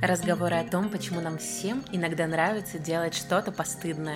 Разговоры о том, почему нам всем иногда нравится делать что-то постыдное.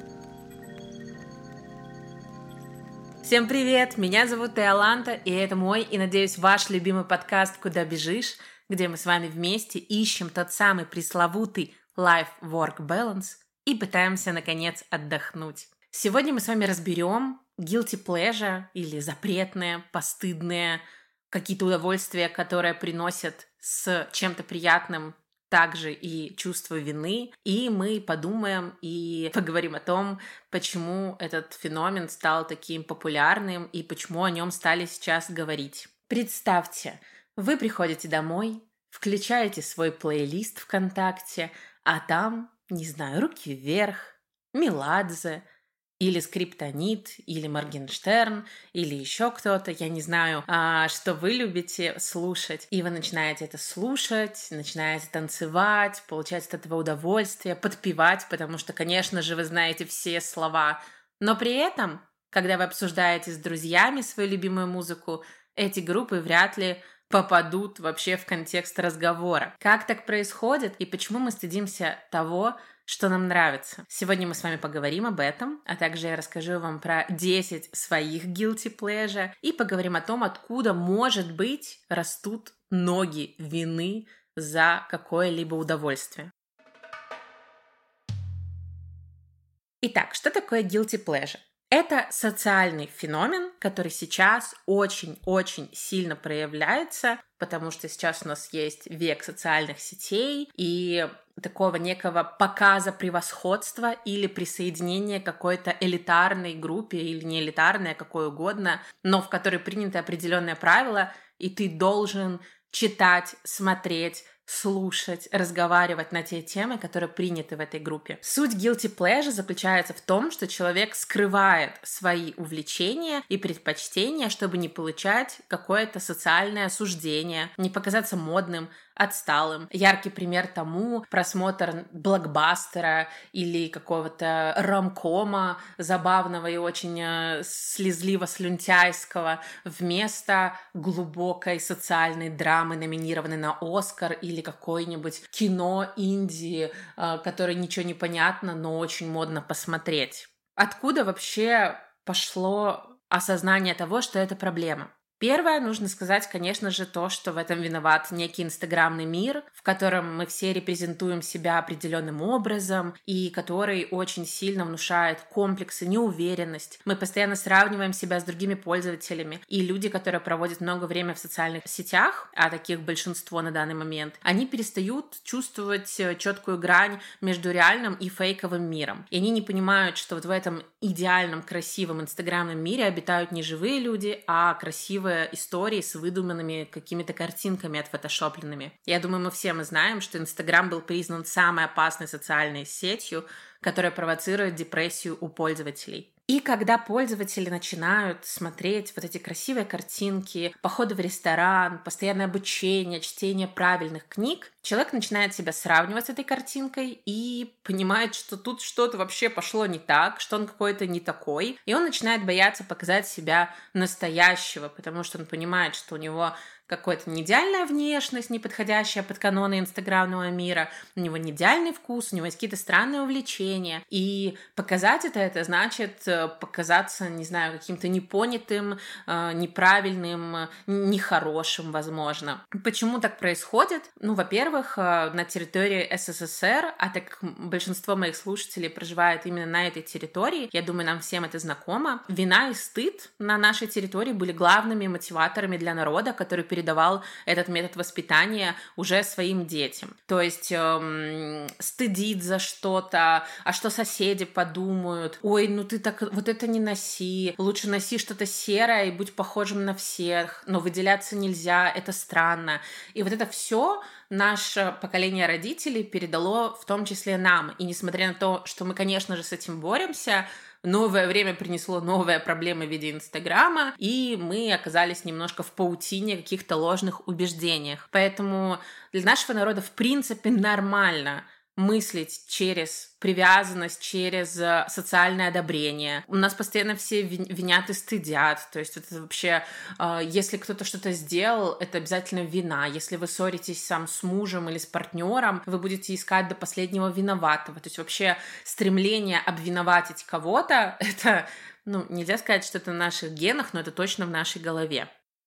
Всем привет! Меня зовут Иоланта, и это мой, и, надеюсь, ваш любимый подкаст «Куда бежишь?», где мы с вами вместе ищем тот самый пресловутый life-work balance и пытаемся, наконец, отдохнуть. Сегодня мы с вами разберем guilty pleasure или запретные, постыдные, какие-то удовольствия, которые приносят с чем-то приятным также и чувство вины, и мы подумаем и поговорим о том, почему этот феномен стал таким популярным и почему о нем стали сейчас говорить. Представьте, вы приходите домой, включаете свой плейлист ВКонтакте, а там, не знаю, «Руки вверх», «Меладзе», или Скриптонит, или Моргенштерн, или еще кто-то, я не знаю, что вы любите слушать. И вы начинаете это слушать, начинаете танцевать, получать от этого удовольствие, подпевать, потому что, конечно же, вы знаете все слова. Но при этом, когда вы обсуждаете с друзьями свою любимую музыку, эти группы вряд ли попадут вообще в контекст разговора. Как так происходит и почему мы стыдимся того, что нам нравится? Сегодня мы с вами поговорим об этом, а также я расскажу вам про 10 своих guilty pleasure и поговорим о том, откуда, может быть, растут ноги вины за какое-либо удовольствие. Итак, что такое guilty pleasure? Это социальный феномен, который сейчас очень-очень сильно проявляется, потому что сейчас у нас есть век социальных сетей и такого некого показа превосходства или присоединения к какой-то элитарной группе или не элитарной, а какой угодно, но в которой приняты определенные правила, и ты должен читать, смотреть, слушать, разговаривать на те темы, которые приняты в этой группе. Суть guilty pleasure заключается в том, что человек скрывает свои увлечения и предпочтения, чтобы не получать какое-то социальное осуждение, не показаться модным, отсталым. Яркий пример тому просмотр блокбастера или какого-то ромкома забавного и очень слезливо-слюнтяйского вместо глубокой социальной драмы, номинированной на Оскар, или какое-нибудь кино Индии, которое ничего не понятно, но очень модно посмотреть. Откуда вообще пошло осознание того, что это проблема? Первое, нужно сказать, конечно же, то, что в этом виноват некий инстаграмный мир, в котором мы все репрезентуем себя определенным образом и который очень сильно внушает комплексы, неуверенность. Мы постоянно сравниваем себя с другими пользователями, и люди, которые проводят много времени в социальных сетях, а таких большинство на данный момент, они перестают чувствовать четкую грань между реальным и фейковым миром. И они не понимают, что вот в этом идеальном, красивом инстаграмном мире обитают не живые люди, а красивые истории с выдуманными какими-то картинками отфотошопленными. Я думаю, мы знаем, что Инстаграм был признан самой опасной социальной сетью, которая провоцирует депрессию у пользователей. И когда пользователи начинают смотреть вот эти красивые картинки, походы в ресторан, постоянное обучение, чтение правильных книг, человек начинает себя сравнивать с этой картинкой и понимает, что тут что-то вообще пошло не так, что он какой-то не такой, и он начинает бояться показать себя настоящего, потому что он понимает, что у него какая-то не идеальная внешность, не подходящая под каноны инстаграмного мира, у него не идеальный вкус, у него есть какие-то странные увлечения. И показать это значит показаться, не знаю, каким-то непонятым, неправильным, нехорошим, возможно. Почему так происходит? Ну, во-первых, на территории СССР, а так как большинство моих слушателей проживает именно на этой территории, я думаю, нам всем это знакомо, вина и стыд на нашей территории были главными мотиваторами для народа, который передавал этот метод воспитания уже своим детям. То есть стыдить за что-то, а что соседи подумают, ой, ну ты так вот это не носи, лучше носи что-то серое и будь похожим на всех, но выделяться нельзя, это странно. И вот это все наше поколение родителей передало в том числе нам. И несмотря на то, что мы, конечно же, с этим боремся, новое время принесло новые проблемы в виде Инстаграма, и мы оказались немножко в паутине каких-то ложных убеждениях. Поэтому для нашего народа в принципе нормально мыслить через привязанность, через социальное одобрение. У нас постоянно все винят и стыдят. То есть это вообще, если кто-то что-то сделал, это обязательно вина. Если вы ссоритесь сам с мужем или с партнером, вы будете искать до последнего виноватого. То есть вообще стремление обвиноватить кого-то, это, нельзя сказать, что это в наших генах, но это точно в нашей голове.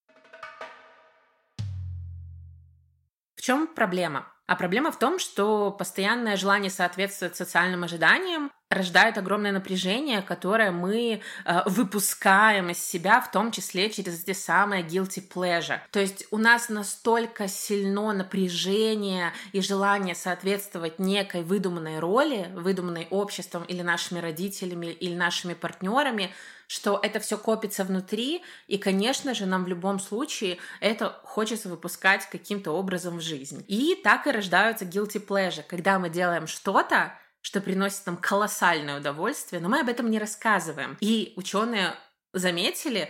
В чем проблема? А проблема в том, что постоянное желание соответствовать социальным ожиданиям рождает огромное напряжение, которое мы выпускаем из себя, в том числе через эти самые guilty pleasure. То есть у нас настолько сильно напряжение и желание соответствовать некой выдуманной роли, выдуманной обществом или нашими родителями, или нашими партнерами, что это все копится внутри, и, конечно же, нам в любом случае это хочется выпускать каким-то образом в жизнь. И так и рождаются guilty pleasure, когда мы делаем что-то, что приносит нам колоссальное удовольствие, но мы об этом не рассказываем. И ученые заметили,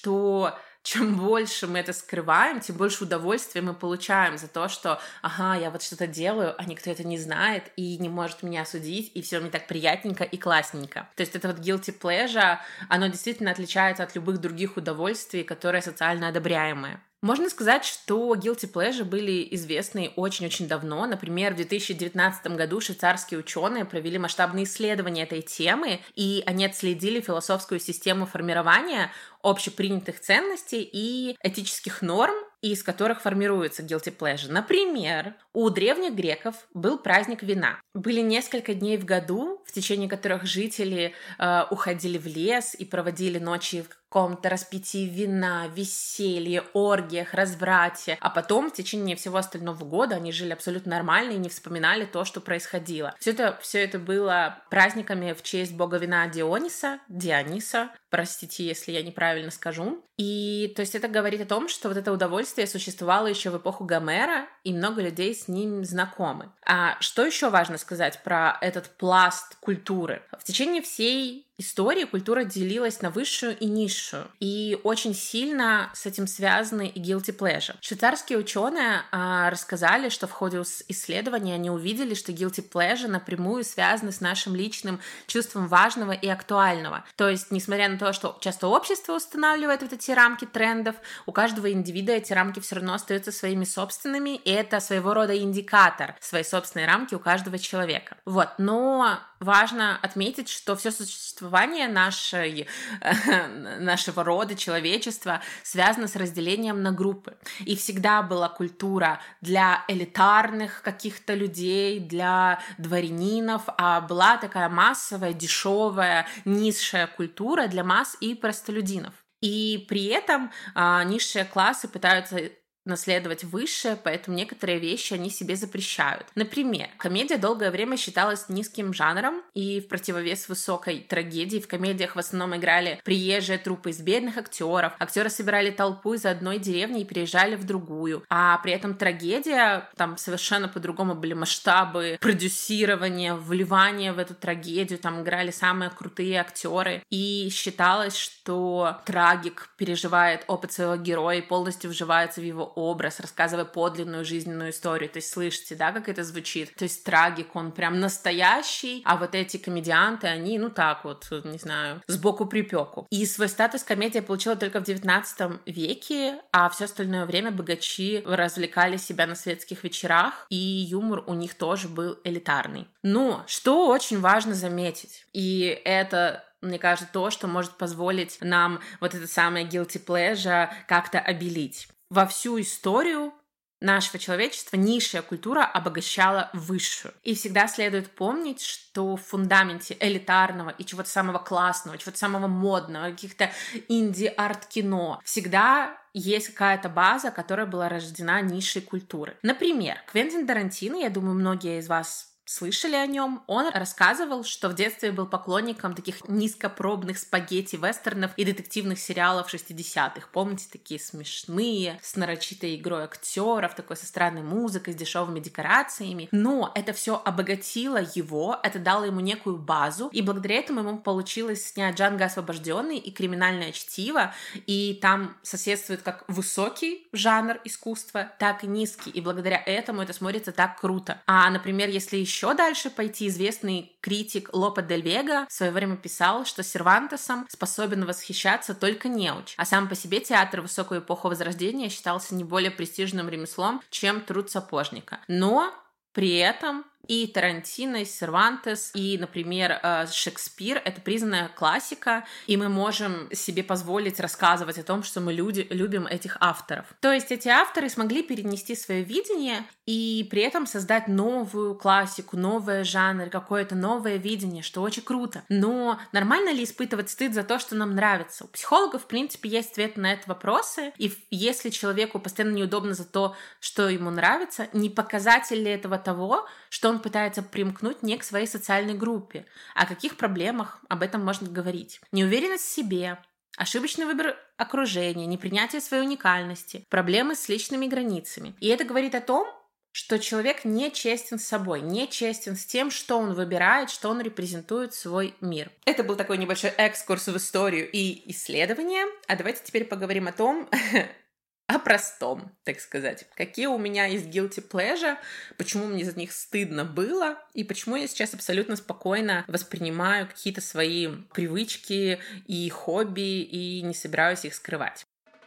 что чем больше мы это скрываем, тем больше удовольствия мы получаем за то, что я вот что-то делаю, а никто это не знает и не может меня осудить, и все мне так приятненько и классненько. То есть это вот guilty pleasure, оно действительно отличается от любых других удовольствий, которые социально одобряемые. Можно сказать, что guilty pleasure были известны очень-очень давно. Например, в 2019 году швейцарские ученые провели масштабные исследования этой темы, и они отследили философскую систему формирования общепринятых ценностей и этических норм, из которых формируется guilty pleasure. Например, у древних греков был праздник вина. Были несколько дней в году, в течение которых жители уходили в лес и проводили ночи в каком-то распитии вина, веселье, оргиях, разврате. А потом в течение всего остального года они жили абсолютно нормально и не вспоминали то, что происходило. Все это было праздниками в честь бога вина Диониса, простите, если я неправильно скажу. И то есть это говорит о том, что вот это удовольствие существовало еще в эпоху Гомера, и много людей с ним знакомы. А что еще важно сказать про этот пласт культуры? В течение всей истории культура делилась на высшую и низшую, и очень сильно с этим связаны и guilty pleasure. Швейцарские ученые рассказали, что в ходе исследования они увидели, что guilty pleasure напрямую связаны с нашим личным чувством важного и актуального. То есть, несмотря на то, что часто общество устанавливает вот эти рамки трендов, у каждого индивида эти рамки все равно остаются своими собственными, и это своего рода индикатор своей собственной рамки у каждого человека. Но важно отметить, что все существование нашего рода, человечества, связано с разделением на группы. И всегда была культура для элитарных каких-то людей, для дворянинов, а была такая массовая, дешевая, низшая культура для масс и простолюдинов. И при этом низшие классы пытаются наследовать высшее, поэтому некоторые вещи они себе запрещают. Например, комедия долгое время считалась низким жанром, и в противовес высокой трагедии в комедиях в основном играли приезжие труппы из бедных актеров. Актеры собирали толпу из одной деревни и переезжали в другую. А при этом трагедия, там совершенно по-другому были масштабы продюсирования, вливания в эту трагедию, там играли самые крутые актеры. И считалось, что трагик переживает опыт своего героя и полностью вживается в его образ, рассказывая подлинную жизненную историю. То есть слышите, да, как это звучит? То есть трагик, он прям настоящий, а вот эти комедианты, они, не знаю, сбоку припеку. И свой статус комедия получила только в 19 веке, а все остальное время богачи развлекали себя на светских вечерах, и юмор у них тоже был элитарный. Но что очень важно заметить, и это, мне кажется, то, что может позволить нам вот это самое guilty pleasure как-то обелить. Во всю историю нашего человечества низшая культура обогащала высшую. И всегда следует помнить, что в фундаменте элитарного и чего-то самого классного, чего-то самого модного, каких-то инди-арт-кино всегда есть какая-то база, которая была рождена низшей культурой. Например, Квентин Тарантино, я думаю, многие из вас слышали о нем. Он рассказывал, что в детстве был поклонником таких низкопробных спагетти-вестернов и детективных сериалов 60-х. Помните, такие смешные, с нарочитой игрой актеров, такой со странной музыкой, с дешевыми декорациями. Но это все обогатило его, это дало ему некую базу, и благодаря этому ему получилось снять «Джанго освобожденный» и «Криминальное чтиво», и там соседствует как высокий жанр искусства, так и низкий, и благодаря этому это смотрится так круто. А, например, если еще еще дальше пойти, известный критик Лопе дель Вега в свое время писал, что Сервантесом способен восхищаться только неуч, а сам по себе театр в высокую эпоху Возрождения считался не более престижным ремеслом, чем труд сапожника. Но при этом и Тарантино, и Сервантес, и, например, Шекспир — это признанная классика, и мы можем себе позволить рассказывать о том, что мы любим этих авторов. То есть эти авторы смогли перенести свое видение и при этом создать новую классику, новый жанр, какое-то новое видение, что очень круто. Но нормально ли испытывать стыд за то, что нам нравится? У психологов, в принципе, есть ответ на этот вопрос, и если человеку постоянно неудобно за то, что ему нравится, не показатель ли этого того, что он пытается примкнуть не к своей социальной группе? О каких проблемах об этом можно говорить? Неуверенность в себе, ошибочный выбор окружения, непринятие своей уникальности, проблемы с личными границами. И это говорит о том, что человек не честен с собой, не честен с тем, что он выбирает, что он репрезентует свой мир. Это был такой небольшой экскурс в историю и исследования. А давайте теперь поговорим о том, о простом, так сказать. Какие у меня есть guilty pleasure, почему мне за них стыдно было, и почему я сейчас абсолютно спокойно воспринимаю какие-то свои привычки и хобби, и не собираюсь их скрывать.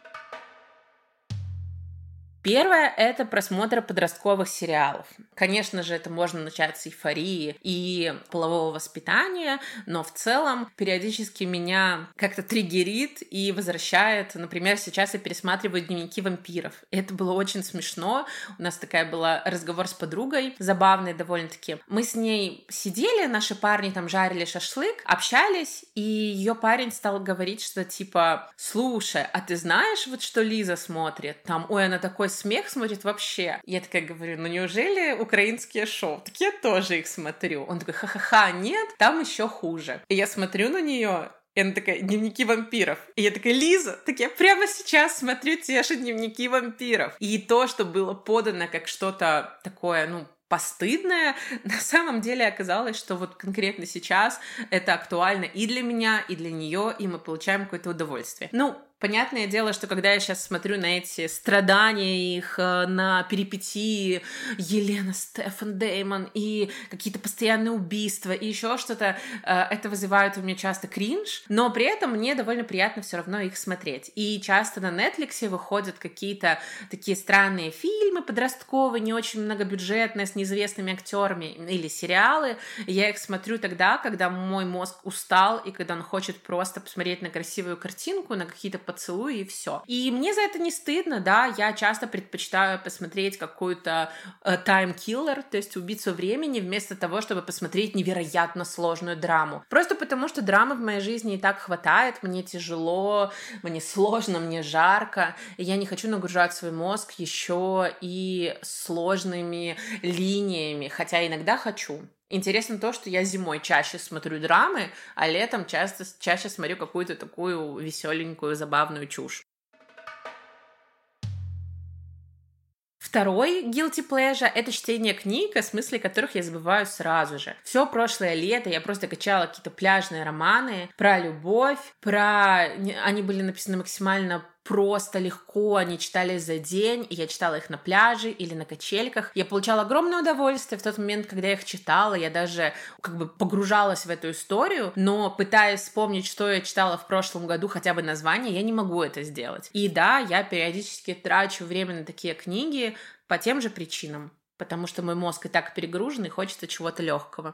Первое — это просмотр подростковых сериалов. Конечно же, это можно начать с эйфории и полового воспитания, но в целом периодически меня как-то триггерит и возвращает. Например, сейчас я пересматриваю «Дневники вампиров». Это было очень смешно. У нас такая была разговор с подругой, забавный довольно-таки. Мы с ней сидели, наши парни там жарили шашлык, общались, и ее парень стал говорить, что типа: слушай, а ты знаешь, вот что Лиза смотрит? Там, ой, она такой смех смотрит вообще. Я такая говорю: ну неужели украинские шоу? Так я тоже их смотрю. Он такой: ха-ха-ха, нет, там еще хуже. И я смотрю на нее, и она такая: «Дневники вампиров». И я такая: Лиза, так я прямо сейчас смотрю те же «Дневники вампиров». И то, что было подано как что-то такое, постыдное, на самом деле оказалось, что вот конкретно сейчас это актуально и для меня, и для нее, и мы получаем какое-то удовольствие. Понятное дело, что когда я сейчас смотрю на эти страдания их, на перипетии Елена, Стефан, Дэймон и какие-то постоянные убийства и еще что-то, это вызывает у меня часто кринж, но при этом мне довольно приятно все равно их смотреть. И часто на Netflix выходят какие-то такие странные фильмы подростковые, не очень многобюджетные, с неизвестными актерами, или сериалы. Я их смотрю тогда, когда мой мозг устал и когда он хочет просто посмотреть на красивую картинку, на какие-то поцелуи и все. И мне за это не стыдно, да, я часто предпочитаю посмотреть какую-то time-killer, то есть убийцу времени, вместо того, чтобы посмотреть невероятно сложную драму. Просто потому, что драмы в моей жизни и так хватает, мне тяжело, мне сложно, мне жарко, и я не хочу нагружать свой мозг еще и сложными линиями, хотя иногда хочу. Интересно то, что я зимой чаще смотрю драмы, а летом чаще смотрю какую-то такую веселенькую, забавную чушь. Второй guilty pleasure — это чтение книг, о смысле которых я забываю сразу же. Все прошлое лето я просто качала какие-то пляжные романы про любовь, они были написаны максимально просто, легко, они читались за день, и я читала их на пляже или на качельках. Я получала огромное удовольствие в тот момент, когда я их читала, я даже погружалась в эту историю, но пытаясь вспомнить, что я читала в прошлом году, хотя бы название, я не могу это сделать. И да, я периодически трачу время на такие книги по тем же причинам, потому что мой мозг и так перегружен, и хочется чего-то легкого.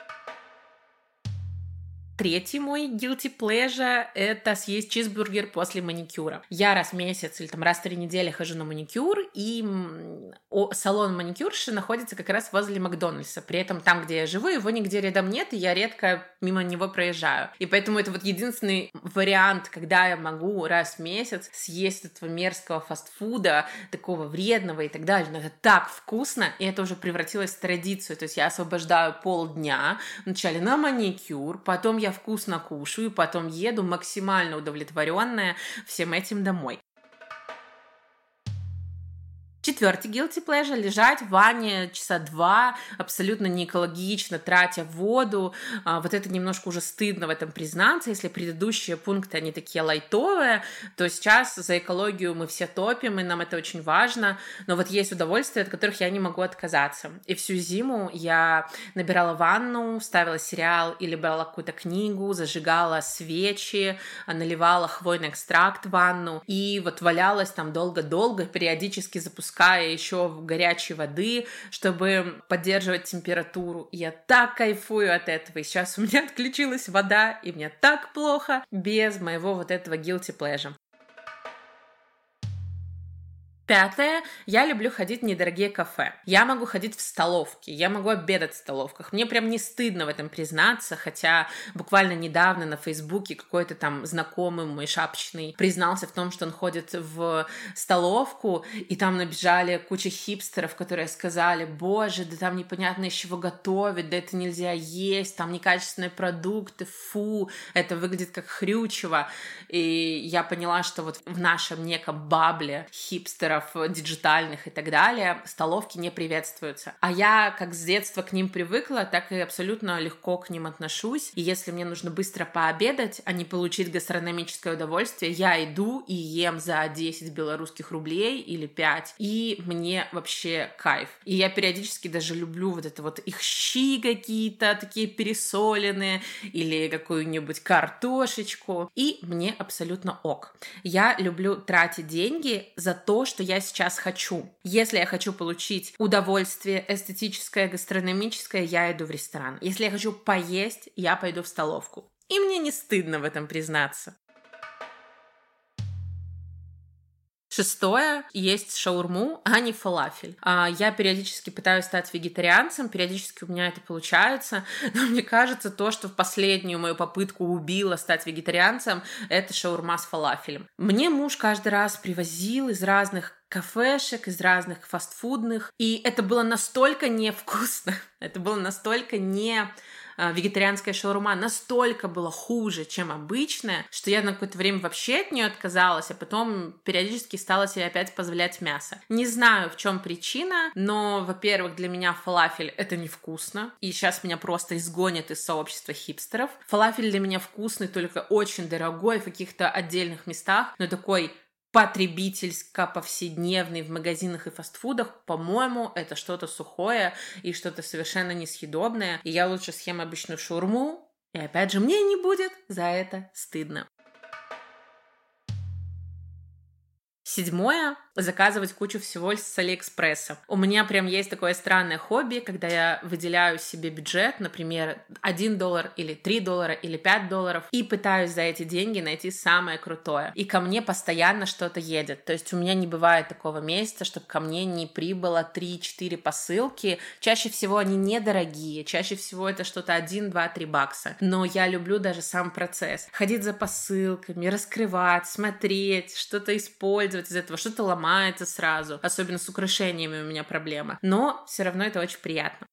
Третий мой guilty pleasure — это съесть чизбургер после маникюра. Я раз в месяц или раз в 3 недели хожу на маникюр, и салон маникюрши находится как раз возле Макдональдса. При этом там, где я живу, его нигде рядом нет, и я редко мимо него проезжаю. И поэтому это вот единственный вариант, когда я могу раз в месяц съесть этого мерзкого фастфуда, такого вредного и так далее. Но это так вкусно, и это уже превратилось в традицию. То есть я освобождаю полдня, вначале на маникюр, потом я вкусно кушаю, потом еду максимально удовлетворенная всем этим домой. Четвертый guilty pleasure — лежать в ванне часа 2, абсолютно не экологично, тратя воду. Вот это немножко уже стыдно в этом признаться. Если предыдущие пункты, они такие лайтовые, то сейчас за экологию мы все топим, и нам это очень важно. Но вот есть удовольствия, от которых я не могу отказаться. И всю зиму я набирала ванну, ставила сериал или брала какую-то книгу, зажигала свечи, наливала хвойный экстракт в ванну и вот валялась там долго-долго, периодически запуская еще в горячей воды, чтобы поддерживать температуру. И я так кайфую от этого. И сейчас у меня отключилась вода, и мне так плохо без моего вот этого guilty pleasure. Пятое. Я люблю ходить в недорогие кафе. Я могу ходить в столовки, я могу обедать в столовках. Мне прям не стыдно в этом признаться, хотя буквально недавно на Фейсбуке какой-то там знакомый мой шапочный признался в том, что он ходит в столовку, и там набежали куча хипстеров, которые сказали: боже, да там непонятно из чего готовить, да это нельзя есть, там некачественные продукты, фу, это выглядит как хрючево. И я поняла, что вот в нашем неком бабле хипстеров, диджитальных и так далее, столовки не приветствуются. А я как с детства к ним привыкла, так и абсолютно легко к ним отношусь. И если мне нужно быстро пообедать, а не получить гастрономическое удовольствие, я иду и ем за 10 белорусских рублей или 5, и мне вообще кайф. И я периодически даже люблю вот это вот их щи какие-то, такие пересоленные, или какую-нибудь картошечку, и мне абсолютно ок. Я люблю тратить деньги за то, что я сейчас хочу. Если я хочу получить удовольствие эстетическое, гастрономическое, я иду в ресторан. Если я хочу поесть, я пойду в столовку. И мне не стыдно в этом признаться. Шестое. Есть шаурму, а не фалафель. Я периодически пытаюсь стать вегетарианцем, периодически у меня это получается, но мне кажется, то, что в последнюю мою попытку убило стать вегетарианцем, это шаурма с фалафелем. Мне муж каждый раз привозил из разных кафешек, из разных фастфудных, и это было настолько невкусно, это было настолько не вегетарианская шаурма, настолько была хуже, чем обычная, что я на какое-то время вообще от нее отказалась, а потом периодически стала себе опять позволять мясо. Не знаю, в чем причина, но, во-первых, для меня фалафель — это невкусно, и сейчас меня просто изгонят из сообщества хипстеров. Фалафель для меня вкусный, только очень дорогой в каких-то отдельных местах, но такой потребительско-повседневный в магазинах и фастфудах, по-моему, это что-то сухое и что-то совершенно несъедобное. И я лучше съем обычную шаурму, и опять же, мне не будет за это стыдно. Седьмое. Заказывать кучу всего с Алиэкспресса. У меня прям есть такое странное хобби, когда я выделяю себе бюджет, например, $1 или $3 или $5, и пытаюсь за эти деньги найти самое крутое. И ко мне постоянно что-то едет. То есть у меня не бывает такого месяца, чтобы ко мне не прибыло 3-4 посылки. Чаще всего они недорогие, чаще всего это что-то 1, 2, 3 бакса. Но я люблю даже сам процесс. Ходить за посылками, раскрывать, смотреть, что-то использовать из этого, что-то ломается сразу. Особенно с украшениями у меня проблема. Но все равно это очень приятно.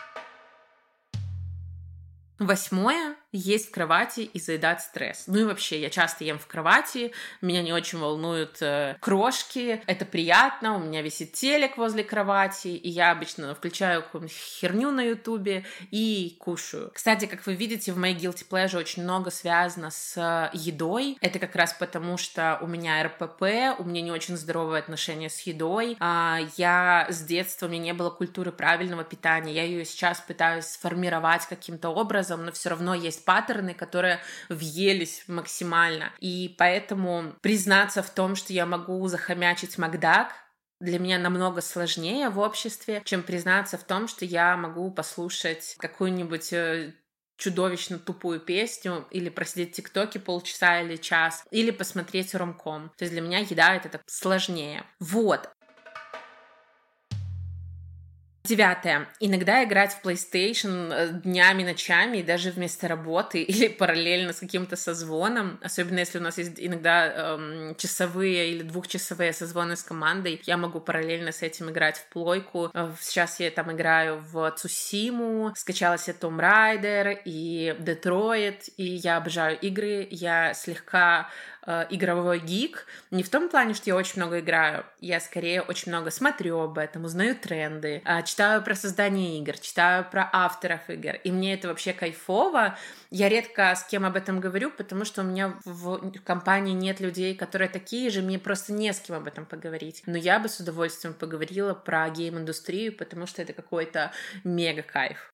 Восьмое. Есть в кровати и заедать стресс. Ну и вообще, я часто ем в кровати, меня не очень волнуют крошки, это приятно, у меня висит телек возле кровати, и я обычно включаю какую-нибудь херню на ютубе и кушаю. Кстати, как вы видите, в моей guilty pleasure очень много связано с едой. Это как раз потому, что у меня РПП, у меня не очень здоровое отношение с едой. Я с детства, у меня не было культуры правильного питания, я ее сейчас пытаюсь сформировать каким-то образом, но все равно есть паттерны, которые въелись максимально. И поэтому признаться в том, что я могу захомячить Макдак, для меня намного сложнее в обществе, чем признаться в том, что я могу послушать какую-нибудь чудовищно тупую песню, или просидеть в ТикТоке полчаса или час, или посмотреть ромком. То есть для меня еда — это так сложнее. Вот. 9. Иногда играть в PlayStation днями, ночами, и даже вместо работы или параллельно с каким-то созвоном, особенно если у нас есть иногда часовые или двухчасовые созвоны с командой, я могу параллельно с этим играть в плойку. Сейчас я там играю в Цусиму, скачала себе Tomb Raider и Detroit, и я обожаю игры, я слегка игровой гик. Не в том плане, что я очень много играю, я скорее очень много смотрю об этом, узнаю тренды, читаю про создание игр, читаю про авторов игр, и мне это вообще кайфово. Я редко с кем об этом говорю, потому что у меня в компании нет людей, которые такие же, мне просто не с кем об этом поговорить. Но я бы с удовольствием поговорила про гейм-индустрию, потому что это какой-то мега-кайф.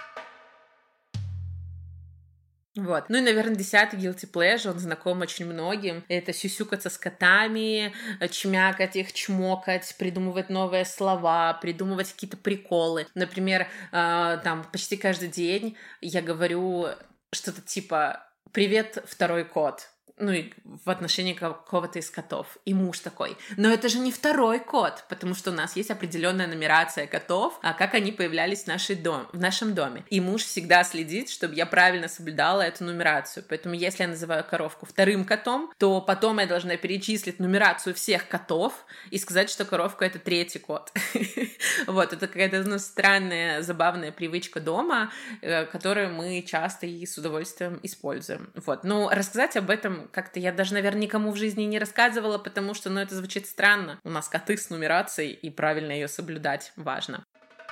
Вот. Ну и, наверное, 10-й guilty pleasure, он знаком очень многим. Это сюсюкаться с котами, чмякать их, чмокать, придумывать новые слова, придумывать какие-то приколы. Например, там почти каждый день я говорю что-то типа «Привет, второй кот». Ну и в отношении какого-то из котов. И муж такой: но это же не второй кот, потому что у нас есть определенная нумерация котов, а как они появлялись в нашем доме. И муж всегда следит, чтобы я правильно соблюдала эту нумерацию. Поэтому если я называю коровку вторым котом, то потом я должна перечислить нумерацию всех котов и сказать, что коровка — это третий кот. Вот, это какая-то странная, забавная привычка дома, которую мы часто и с удовольствием используем. Вот, ну, рассказать об этом как-то я даже, наверное, никому в жизни не рассказывала, потому что, ну, это звучит странно. У нас коты с нумерацией, и правильно ее соблюдать важно.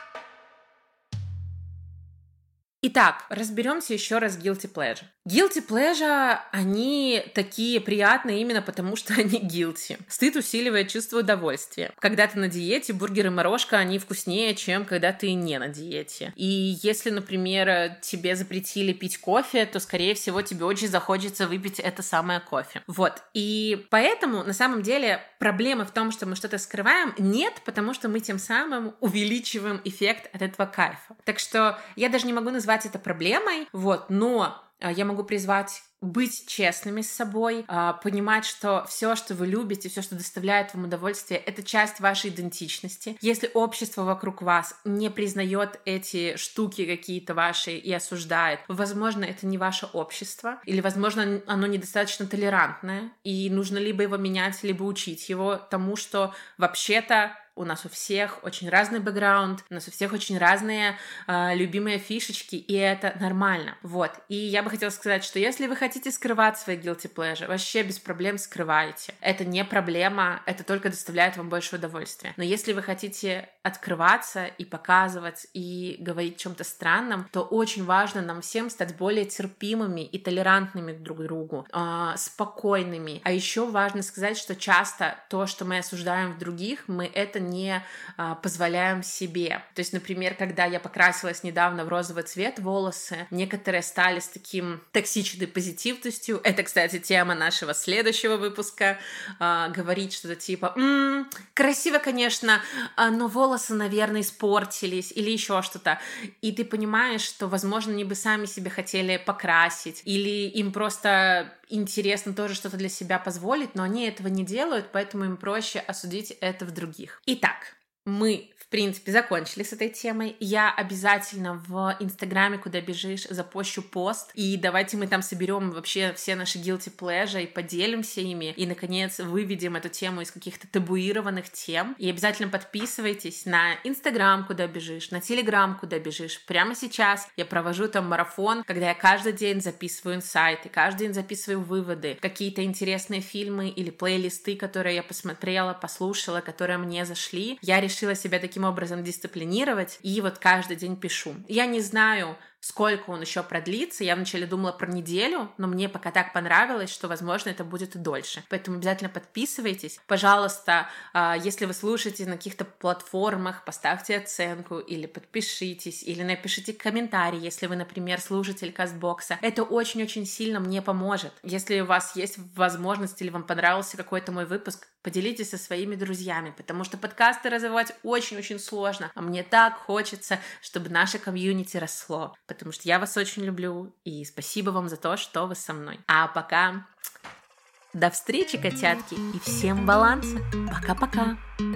Итак, разберемся еще раз guilty pleasure. Guilty pleasure, они такие приятные именно потому, что они guilty. Стыд усиливает чувство удовольствия. Когда ты на диете, бургер и морожка, они вкуснее, чем когда ты не на диете. И если, например, тебе запретили пить кофе, то, скорее всего, тебе очень захочется выпить это самое кофе. Вот. И поэтому, на самом деле, проблемы в том, что мы что-то скрываем, нет, потому что мы тем самым увеличиваем эффект от этого кайфа. Так что я даже не могу назвать это проблемой, вот, но я могу призвать быть честными с собой, понимать, что все, что вы любите, все, что доставляет вам удовольствие, это часть вашей идентичности. Если общество вокруг вас не признает эти штуки какие-то ваши и осуждает, возможно, это не ваше общество, или, возможно, оно недостаточно толерантное, и нужно либо его менять, либо учить его тому, что вообще-то у нас у всех очень разный бэкграунд, у нас у всех очень разные любимые фишечки, и это нормально. Вот. И я бы хотела сказать, что если вы хотите скрывать свои guilty pleasure, вообще без проблем скрывайте. Это не проблема, это только доставляет вам больше удовольствия. Но если вы хотите открываться и показывать, и говорить о чем-то странном, то очень важно нам всем стать более терпимыми и толерантными друг к другу, спокойными. А еще важно сказать, что часто то, что мы осуждаем в других, мы это не позволяем себе. То есть, например, когда я покрасилась недавно в розовый цвет волосы, некоторые стали с таким токсичной позитивностью. Это, кстати, тема нашего следующего выпуска. Говорить что-то типа: красиво, конечно, но волосы, наверное, испортились, или еще что-то. И ты понимаешь, что, возможно, они бы сами себе хотели покрасить, или им просто интересно тоже что-то для себя позволить, но они этого не делают, поэтому им проще осудить это в других. Итак, мы, в принципе, закончили с этой темой. Я обязательно в Инстаграме, куда бежишь, запощу пост, и давайте мы там соберем вообще все наши guilty pleasure и поделимся ими, и, наконец, выведем эту тему из каких-то табуированных тем. И обязательно подписывайтесь на Инстаграм, куда бежишь, на Телеграм, куда бежишь. Прямо сейчас я провожу там марафон, когда я каждый день записываю инсайты, каждый день записываю выводы, какие-то интересные фильмы или плейлисты, которые я посмотрела, послушала, которые мне зашли. Я решила себя таким образом дисциплинировать, и вот каждый день пишу. Я не знаю, сколько он еще продлится. Я вначале думала про неделю, но мне пока так понравилось, что, возможно, это будет и дольше. Поэтому обязательно подписывайтесь. Пожалуйста, если вы слушаете на каких-то платформах, поставьте оценку или подпишитесь, или напишите комментарий, если вы, например, слушатель Кастбокса. Это очень-очень сильно мне поможет. Если у вас есть возможность или вам понравился какой-то мой выпуск, поделитесь со своими друзьями, потому что подкасты развивать очень-очень сложно, а мне так хочется, чтобы наше комьюнити росло, потому что я вас очень люблю, и спасибо вам за то, что вы со мной. А пока до встречи, котятки, и всем баланса. Пока-пока.